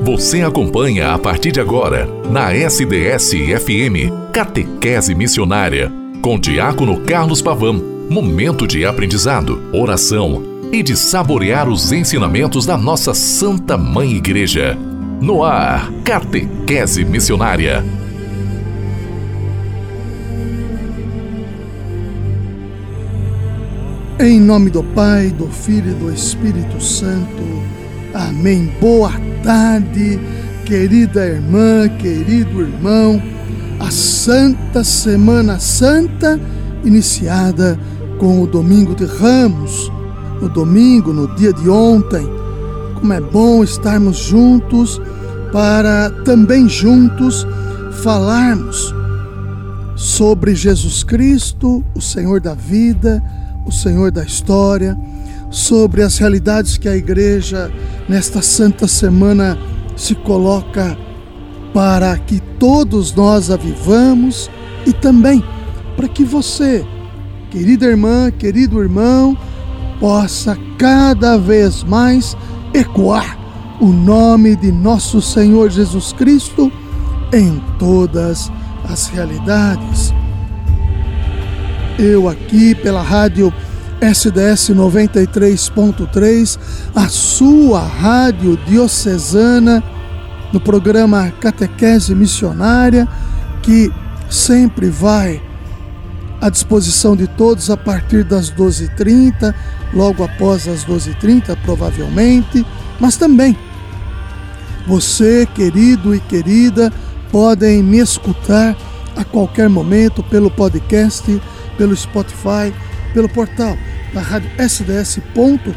Você acompanha a partir de agora, na SDS-FM, Catequese Missionária, com Diácono Carlos Pavão. Momento de aprendizado, oração e de saborear os ensinamentos da nossa Santa Mãe Igreja. No ar, Catequese Missionária. Em nome do Pai, do Filho e do Espírito Santo. Amém. Boa tarde, querida irmã, querido irmão. A Santa Semana Santa, iniciada com o Domingo de Ramos. No domingo, no dia de ontem, como é bom estarmos juntos para também juntos falarmos sobre Jesus Cristo, o Senhor da vida, o Senhor da história, sobre as realidades que a Igreja nesta Santa Semana se coloca para que todos nós a vivamos e também para que você, querida irmã, querido irmão, possa cada vez mais ecoar o nome de nosso Senhor Jesus Cristo em todas as realidades. Eu aqui pela rádio SDS 93.3, a sua rádio diocesana, no programa Catequese Missionária, que sempre vai à disposição de todos a partir das 12h30, logo após as 12h30, provavelmente, mas também você, querido e querida, podem me escutar a qualquer momento pelo podcast, pelo Spotify, pelo portal da rádio sds.com.br.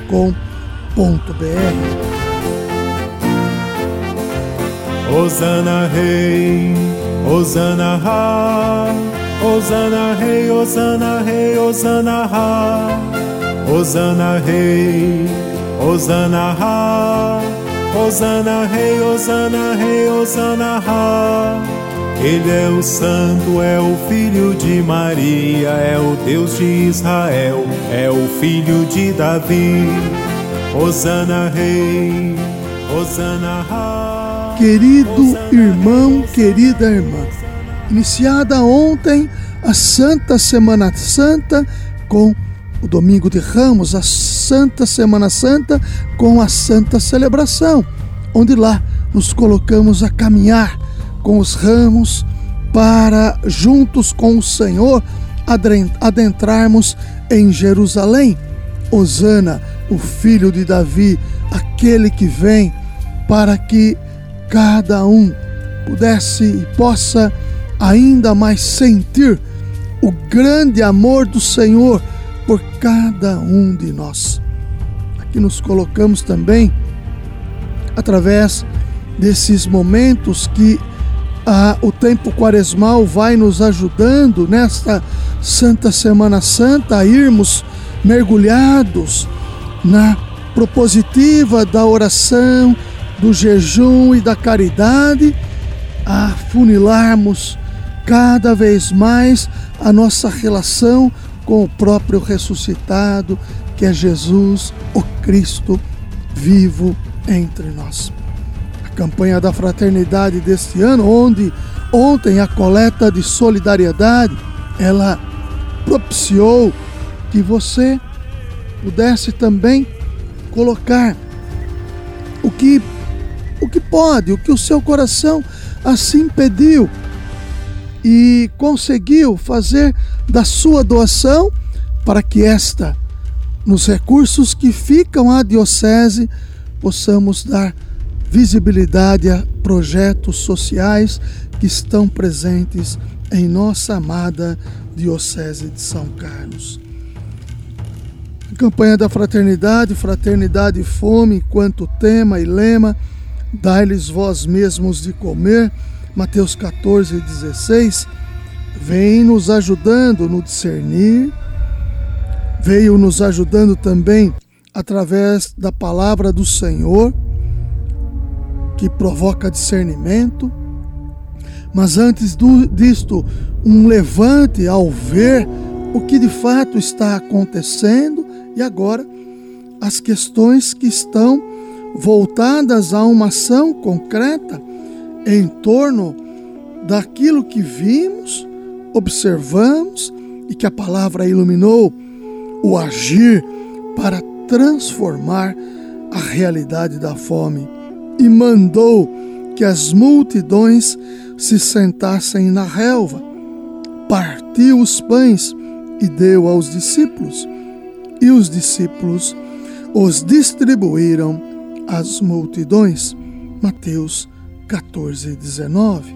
Hosana Rei, Hosana Ha, Hosana Rei, Hosana Rei, Hosana Ha, Hosana Rei, Hosana Ha, Hosana Rei, Hosana Rei, Hosana Ha. Ele é o Santo, é o Filho de Maria, é o Deus de Israel, é o Filho de Davi. Hosana Rei, Hosana Ha. Querido irmão, querida irmã, iniciada ontem a Santa Semana Santa com o Domingo de Ramos, a Santa Semana Santa com a Santa Celebração, onde lá nos colocamos a caminhar com os ramos para, juntos com o Senhor, adentrarmos em Jerusalém. Hosana, o Filho de Davi, aquele que vem para que cada um pudesse e possa ainda mais sentir o grande amor do Senhor por cada um de nós. Aqui nos colocamos também através desses momentos que o tempo quaresmal vai nos ajudando nesta Santa Semana Santa a irmos mergulhados na propositiva da oração, do jejum e da caridade, a afunilarmos cada vez mais a nossa relação com o próprio ressuscitado, que é Jesus, o Cristo vivo entre nós. Campanha da Fraternidade deste ano, onde ontem a coleta de solidariedade, ela propiciou que você pudesse também colocar o que pode, o que o seu coração assim pediu e conseguiu fazer da sua doação para que nos recursos que ficam à diocese, possamos dar visibilidade a projetos sociais que estão presentes em nossa amada Diocese de São Carlos. A campanha da Fraternidade, Fraternidade e Fome, enquanto tema e lema, dai-lhes vós mesmos de comer, Mateus 14,16, vem nos ajudando no discernir, veio nos ajudando também através da palavra do Senhor, que provoca discernimento, mas antes disto, um levante ao ver o que de fato está acontecendo e agora as questões que estão voltadas a uma ação concreta em torno daquilo que vimos, observamos e que a palavra iluminou, o agir para transformar a realidade da fome, e mandou que as multidões se sentassem na relva, partiu os pães e deu aos discípulos, e os discípulos os distribuíram às multidões. Mateus 14:19.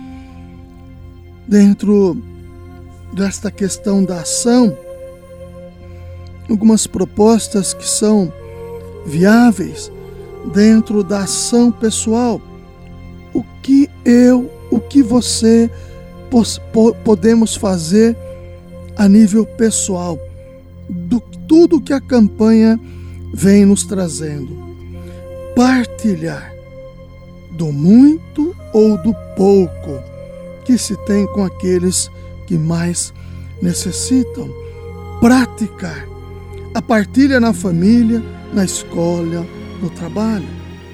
Dentro desta questão da ação, algumas propostas que são viáveis dentro da ação pessoal. O que você podemos fazer a nível pessoal, tudo que a campanha vem nos trazendo. Partilhar do muito ou do pouco que se tem com aqueles que mais necessitam. Praticar a partilha na família, na escola, no trabalho.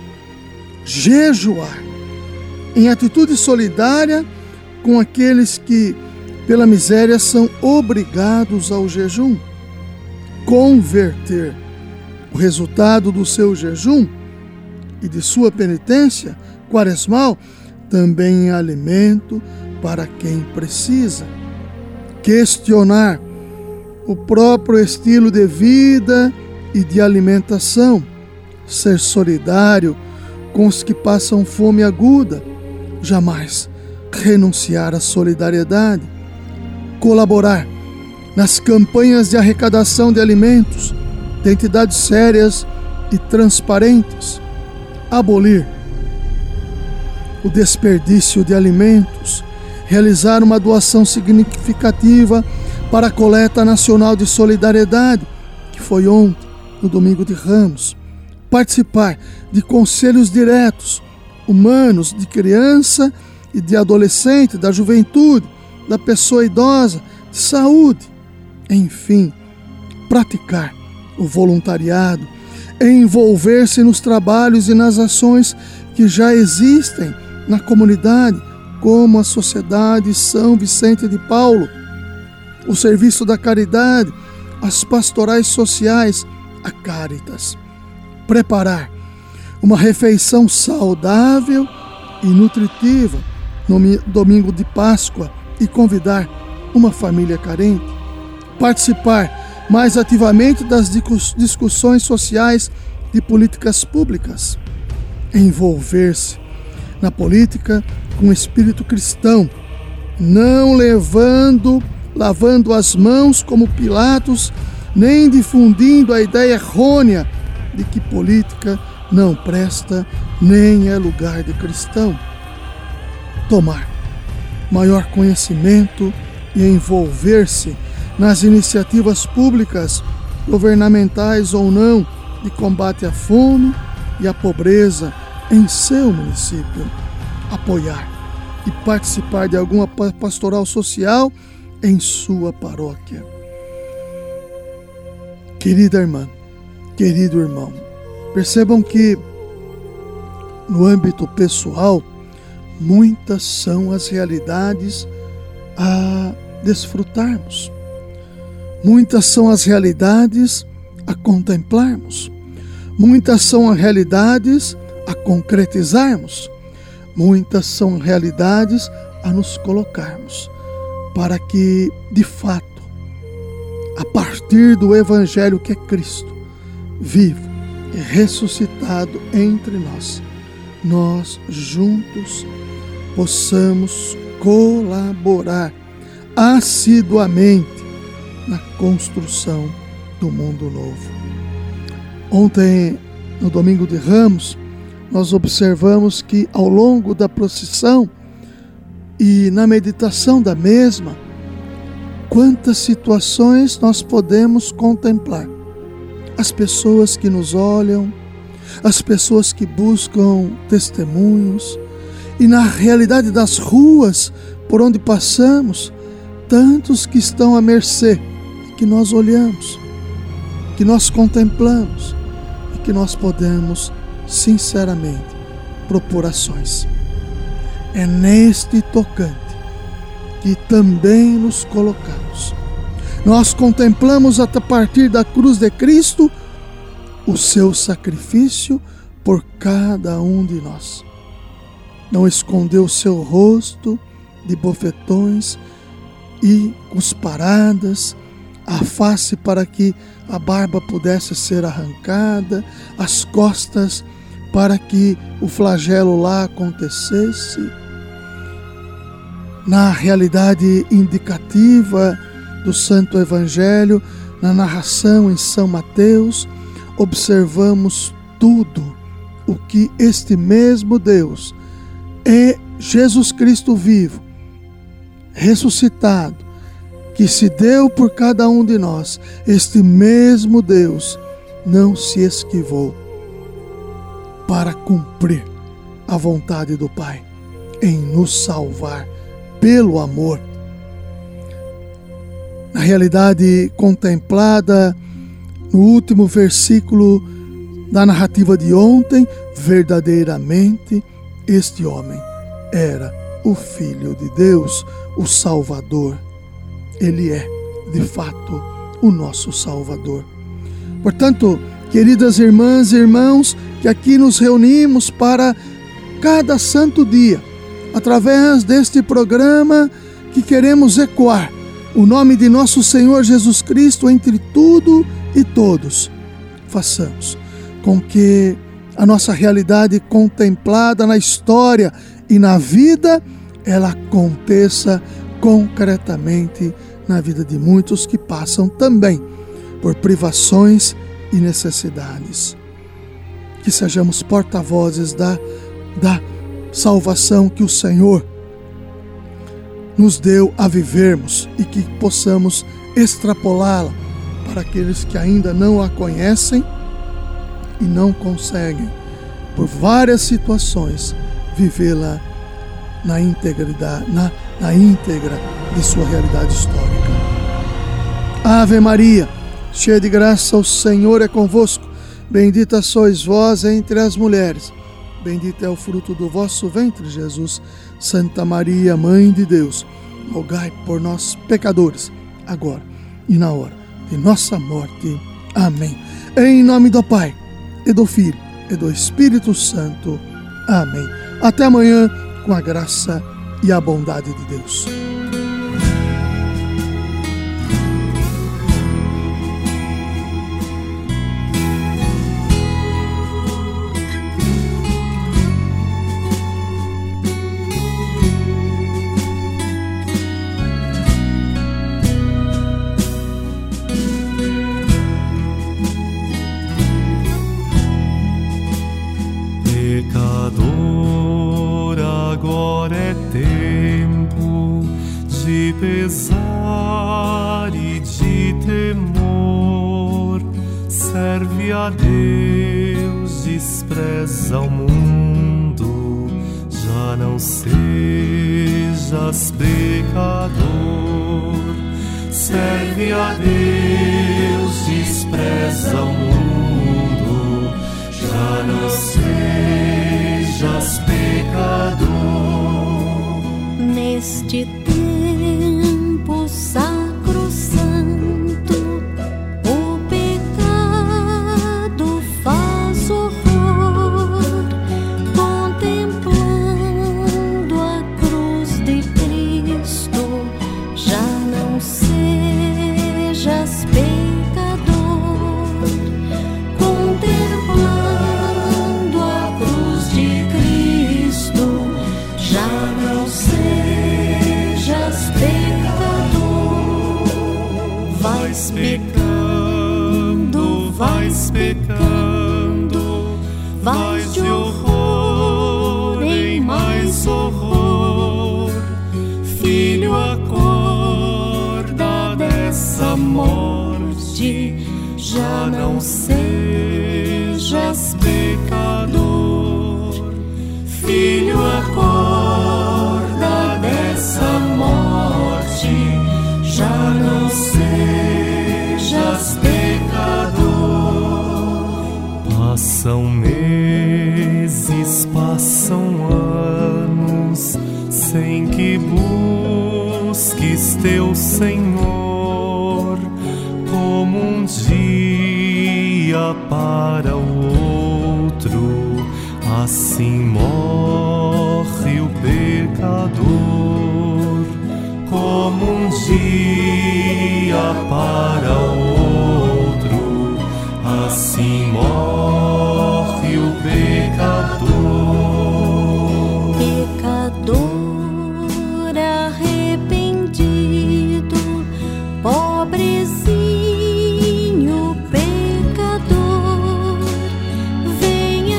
Jejuar em atitude solidária com aqueles que, pela miséria, são obrigados ao jejum. Converter o resultado do seu jejum e de sua penitência quaresmal também em alimento para quem precisa. Questionar o próprio estilo de vida e de alimentação. Ser solidário com os que passam fome aguda. Jamais renunciar à solidariedade. Colaborar nas campanhas de arrecadação de alimentos de entidades sérias e transparentes. Abolir o desperdício de alimentos. Realizar uma doação significativa para a coleta nacional de solidariedade, que foi ontem, no Domingo de Ramos. Participar de conselhos diretos, humanos, de criança e de adolescente, da juventude, da pessoa idosa, de saúde. Enfim, praticar o voluntariado, envolver-se nos trabalhos e nas ações que já existem na comunidade, como a Sociedade São Vicente de Paulo, o Serviço da Caridade, as pastorais sociais, a Caritas. Preparar uma refeição saudável e nutritiva no domingo de Páscoa e convidar uma família carente. Participar mais ativamente das discussões sociais de políticas públicas. Envolver-se na política com espírito cristão, não lavando as mãos como Pilatos, nem difundindo a ideia errônea de que política não presta nem é lugar de cristão. Tomar maior conhecimento e envolver-se nas iniciativas públicas, governamentais ou não, de combate à fome e à pobreza em seu município. Apoiar e participar de alguma pastoral social em sua paróquia. Querida irmã, querido irmão, percebam que no âmbito pessoal, muitas são as realidades a desfrutarmos. Muitas são as realidades a contemplarmos. Muitas são as realidades a concretizarmos. Muitas são realidades a nos colocarmos, para que, de fato, a partir do Evangelho que é Cristo, vivo e ressuscitado entre nós, nós juntos possamos colaborar assiduamente na construção do mundo novo. Ontem, no Domingo de Ramos, nós observamos que ao longo da procissão e na meditação da mesma, quantas situações nós podemos contemplar. As pessoas que nos olham, as pessoas que buscam testemunhos, e na realidade das ruas por onde passamos, tantos que estão à mercê, que nós olhamos, que nós contemplamos e que nós podemos sinceramente propor ações. É neste tocante que também nos colocamos. Nós contemplamos a partir da cruz de Cristo o seu sacrifício por cada um de nós. Não escondeu o seu rosto de bofetões e cusparadas, a face para que a barba pudesse ser arrancada, as costas para que o flagelo lá acontecesse. Na realidade indicativa do Santo Evangelho, na narração em São Mateus, observamos tudo o que este mesmo Deus é Jesus Cristo vivo, ressuscitado, que se deu por cada um de nós. Este mesmo Deus não se esquivou para cumprir a vontade do Pai em nos salvar pelo amor. Na realidade contemplada no último versículo da narrativa de ontem, verdadeiramente este homem era o Filho de Deus, o Salvador. Ele é, de fato, o nosso Salvador. Portanto, queridas irmãs e irmãos, que aqui nos reunimos para cada santo dia, através deste programa que queremos ecoar o nome de nosso Senhor Jesus Cristo entre tudo e todos, façamos com que a nossa realidade contemplada na história e na vida, ela aconteça concretamente na vida de muitos que passam também por privações e necessidades. Que sejamos porta-vozes da salvação que o Senhor nos deu a vivermos e que possamos extrapolá-la para aqueles que ainda não a conhecem e não conseguem, por várias situações, vivê-la na integridade, na íntegra de sua realidade histórica. Ave Maria, cheia de graça, o Senhor é convosco. Bendita sois vós entre as mulheres. Bendito é o fruto do vosso ventre, Jesus. Santa Maria, Mãe de Deus, rogai por nós, pecadores, agora e na hora de nossa morte. Amém. Em nome do Pai, e do Filho, e do Espírito Santo. Amém. Até amanhã, com a graça e a bondade de Deus. Pecador, agora é tempo de pesar e de temor. Serve a Deus, despreza o mundo. Já não sejas pecador. Serve a Deus, despreza o mundo. Já não sejas pecador. Neste tempo sacrosanto, o pecado faz horror, contemplando a cruz de Cristo. Já não sejas pecador, contemplando a cruz de Cristo. Já não sejas pecador. Vais pecando, vais pecando, vais de horror em mais horror. Filho, acorda dessa morte. Já não sejas pecador. Filho, acorda dessa morte. Já não sejas pecador. Passa Passam meses, passam anos, sem que busques teu Senhor, como um dia para o outro, assim morre o pecador. Como um dia para o outro, assim morre o pecador. Pecador arrependido, pobrezinho pecador, vem,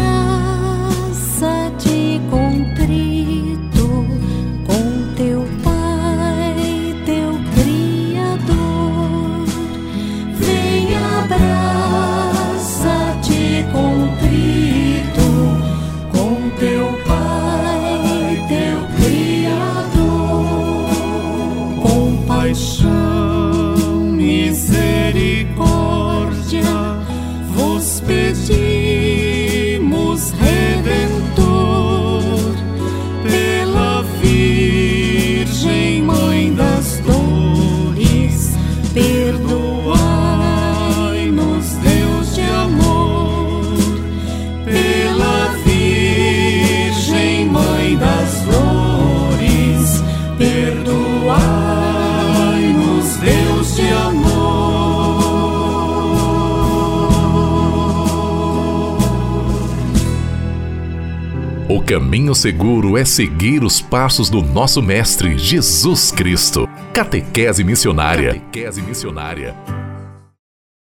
abraça-te contrito com teu Pai, teu Criador. Vem, abraça-te contrito com teu Pai, teu Criador. Compaixão, misericórdia, vos pedimos, Redentor, pela Virgem Mãe das Dores, perdoai-nos, Deus de amor. Pela Virgem Mãe das Dores, perdoai-nos, Deus de amor. O caminho seguro é seguir os passos do nosso Mestre Jesus Cristo. Catequese Missionária. Catequese Missionária.